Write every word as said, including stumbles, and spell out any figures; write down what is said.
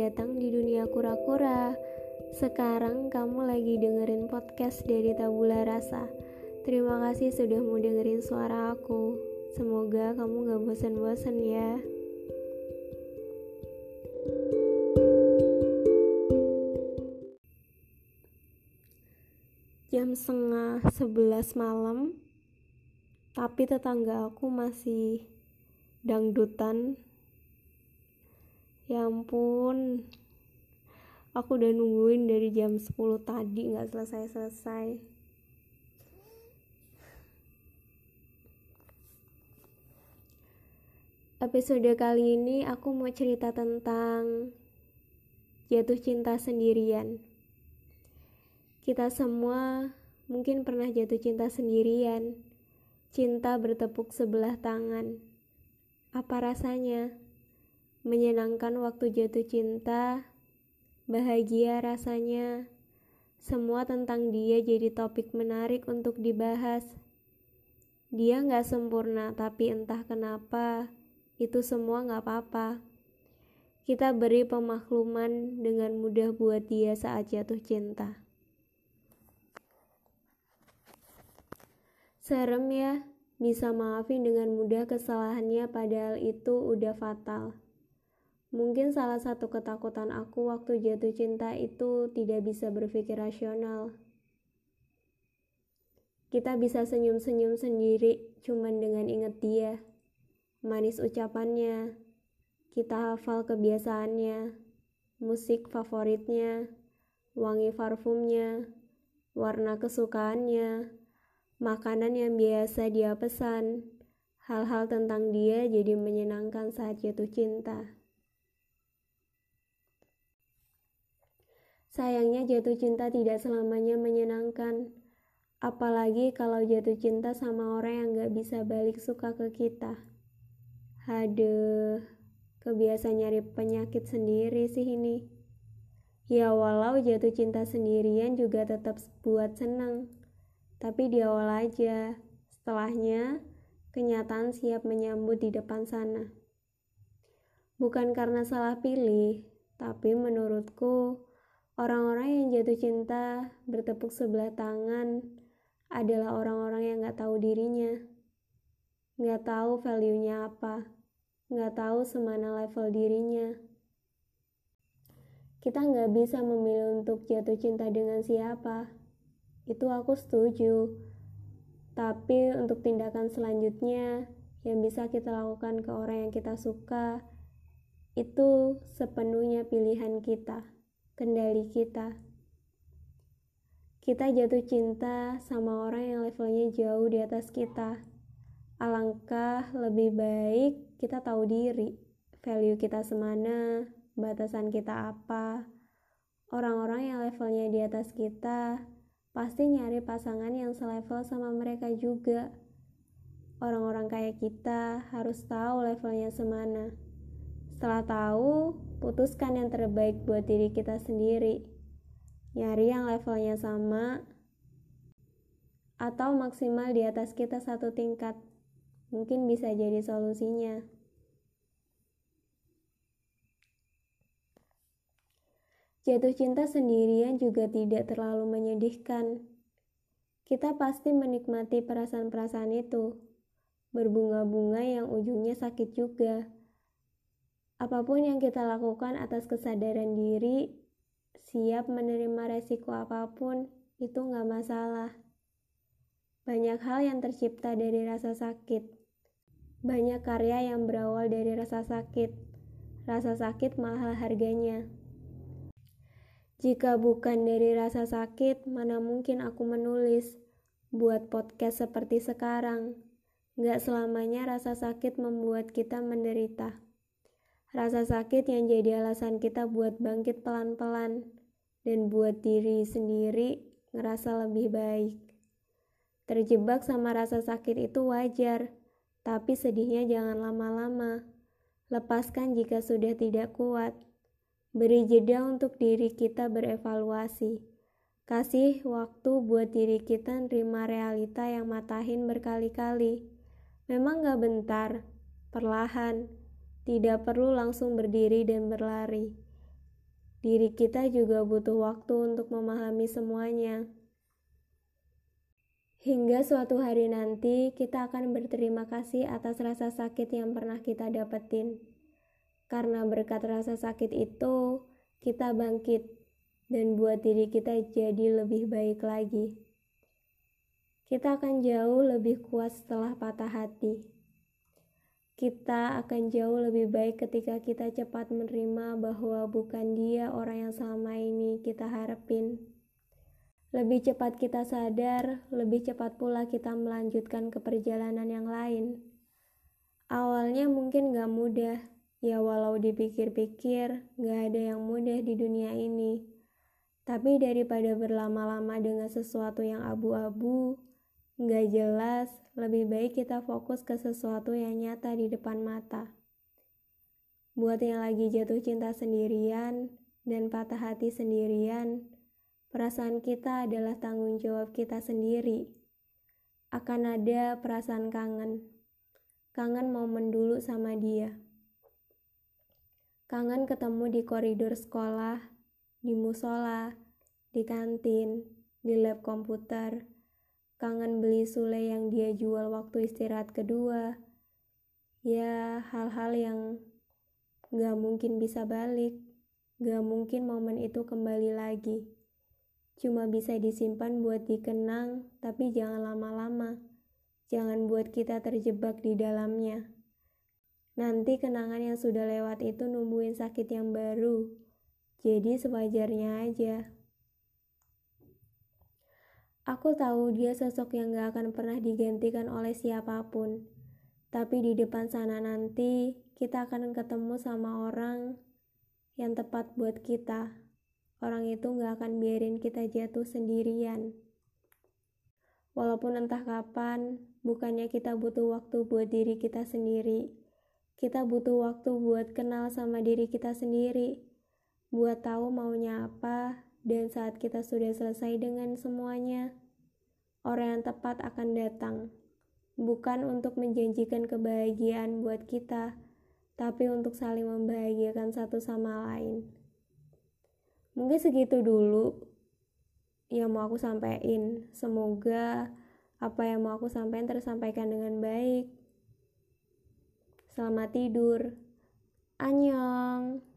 datang di dunia kura-kura. Sekarang kamu lagi dengerin podcast dari Tabula Rasa. Terima kasih sudah mau dengerin suara aku. Semoga kamu gak bosan-bosan ya. Jam setengah sebelas malam, tapi tetangga aku masih dangdutan. Ya ampun, aku udah nungguin dari jam sepuluh tadi gak selesai-selesai. Episode kali ini aku mau cerita tentang jatuh cinta sendirian. Kita semua mungkin pernah jatuh cinta sendirian. Cinta bertepuk sebelah tangan. Apa rasanya? Menyenangkan waktu jatuh cinta, bahagia rasanya. Semua tentang dia jadi topik menarik untuk dibahas. Dia gak sempurna, tapi entah kenapa, itu semua gak apa-apa. Kita beri pemakluman dengan mudah buat dia saat jatuh cinta. Serem ya, bisa maafin dengan mudah kesalahannya padahal itu udah fatal. Mungkin salah satu ketakutan aku waktu jatuh cinta itu tidak bisa berpikir rasional. Kita bisa senyum-senyum sendiri cuman dengan inget dia. Manis ucapannya, kita hafal kebiasaannya, musik favoritnya, wangi parfumnya, warna kesukaannya, makanan yang biasa dia pesan. Hal-hal tentang dia jadi menyenangkan saat jatuh cinta. Sayangnya jatuh cinta tidak selamanya menyenangkan. Apalagi kalau jatuh cinta sama orang yang gak bisa balik suka ke kita. Haduh, kebiasaan nyari penyakit sendiri sih ini. Ya walau jatuh cinta sendirian juga tetap buat senang. Tapi di awal aja, setelahnya kenyataan siap menyambut di depan sana. Bukan karena salah pilih, tapi menurutku orang-orang yang jatuh cinta bertepuk sebelah tangan adalah orang-orang yang gak tahu dirinya, gak tahu value-nya apa, gak tahu semana level dirinya. Kita gak bisa memilih untuk jatuh cinta dengan siapa, itu aku setuju. Tapi untuk tindakan selanjutnya yang bisa kita lakukan ke orang yang kita suka, itu sepenuhnya pilihan kita. Kendali kita. Kita jatuh cinta sama orang yang levelnya jauh di atas kita. Alangkah lebih baik kita tahu diri, value kita semana, batasan kita apa. Orang-orang yang levelnya di atas kita pasti nyari pasangan yang selevel sama mereka juga. Orang-orang kayak kita harus tahu levelnya semana. Setelah tahu, putuskan yang terbaik buat diri kita sendiri. Nyari yang levelnya sama atau maksimal di atas kita satu tingkat. Mungkin bisa jadi solusinya. Jatuh cinta sendirian juga tidak terlalu menyedihkan. Kita pasti menikmati perasaan-perasaan itu. Berbunga-bunga yang ujungnya sakit juga. Apapun yang kita lakukan atas kesadaran diri, siap menerima resiko apapun, itu gak masalah. Banyak hal yang tercipta dari rasa sakit. Banyak karya yang berawal dari rasa sakit. Rasa sakit mahal harganya. Jika bukan dari rasa sakit, mana mungkin aku menulis, buat podcast seperti sekarang. Gak selamanya rasa sakit membuat kita menderita. Rasa sakit yang jadi alasan kita buat bangkit pelan-pelan dan buat diri sendiri ngerasa lebih baik. Terjebak sama rasa sakit itu wajar, tapi sedihnya jangan lama-lama. Lepaskan jika sudah tidak kuat. Beri jeda untuk diri kita berevaluasi. Kasih waktu buat diri kita nerima realita yang matahin berkali-kali. Memang gak bentar, perlahan. Tidak perlu langsung berdiri dan berlari. diri kita juga butuh waktu untuk memahami semuanya. Hingga suatu hari nanti kita akan berterima kasih atas rasa sakit yang pernah kita dapetin. Karena berkat rasa sakit itu, kita bangkit dan buat diri kita jadi lebih baik lagi. Kita akan jauh lebih kuat setelah patah hati. Kita akan jauh lebih baik ketika kita cepat menerima bahwa bukan dia orang yang selama ini kita harapin. Lebih cepat kita sadar, lebih cepat pula kita melanjutkan ke perjalanan yang lain. Awalnya mungkin gak mudah, ya walau dipikir-pikir gak ada yang mudah di dunia ini. Tapi daripada berlama-lama dengan sesuatu yang abu-abu, gak jelas, lebih baik kita fokus ke sesuatu yang nyata di depan mata. Buat yang lagi jatuh cinta sendirian dan patah hati sendirian, perasaan kita adalah tanggung jawab kita sendiri. Akan ada perasaan kangen. Kangen momen dulu sama dia. Kangen ketemu di koridor sekolah, di musola, di kantin, di lab komputer. Kangen beli sule yang dia jual waktu istirahat kedua. Ya, hal-hal yang gak mungkin bisa balik. Gak mungkin momen itu kembali lagi. Cuma bisa disimpan buat dikenang, tapi jangan lama-lama. Jangan buat kita terjebak di dalamnya. Nanti kenangan yang sudah lewat itu numbuhin sakit yang baru. Jadi sewajarnya aja. Aku tahu dia sosok yang gak akan pernah digantikan oleh siapapun. Tapi di depan sana nanti, kita akan ketemu sama orang yang tepat buat kita. Orang itu gak akan biarin kita jatuh sendirian. Walaupun entah kapan, bukannya kita butuh waktu buat diri kita sendiri. Kita butuh waktu buat kenal sama diri kita sendiri. Buat tahu maunya apa, dan saat kita sudah selesai dengan semuanya, orang yang tepat akan datang. Bukan untuk menjanjikan kebahagiaan buat kita, tapi untuk saling membahagiakan satu sama lain. Mungkin segitu dulu yang mau aku sampaikan. Semoga apa yang mau aku sampaikan tersampaikan dengan baik. Selamat tidur. Annyeong.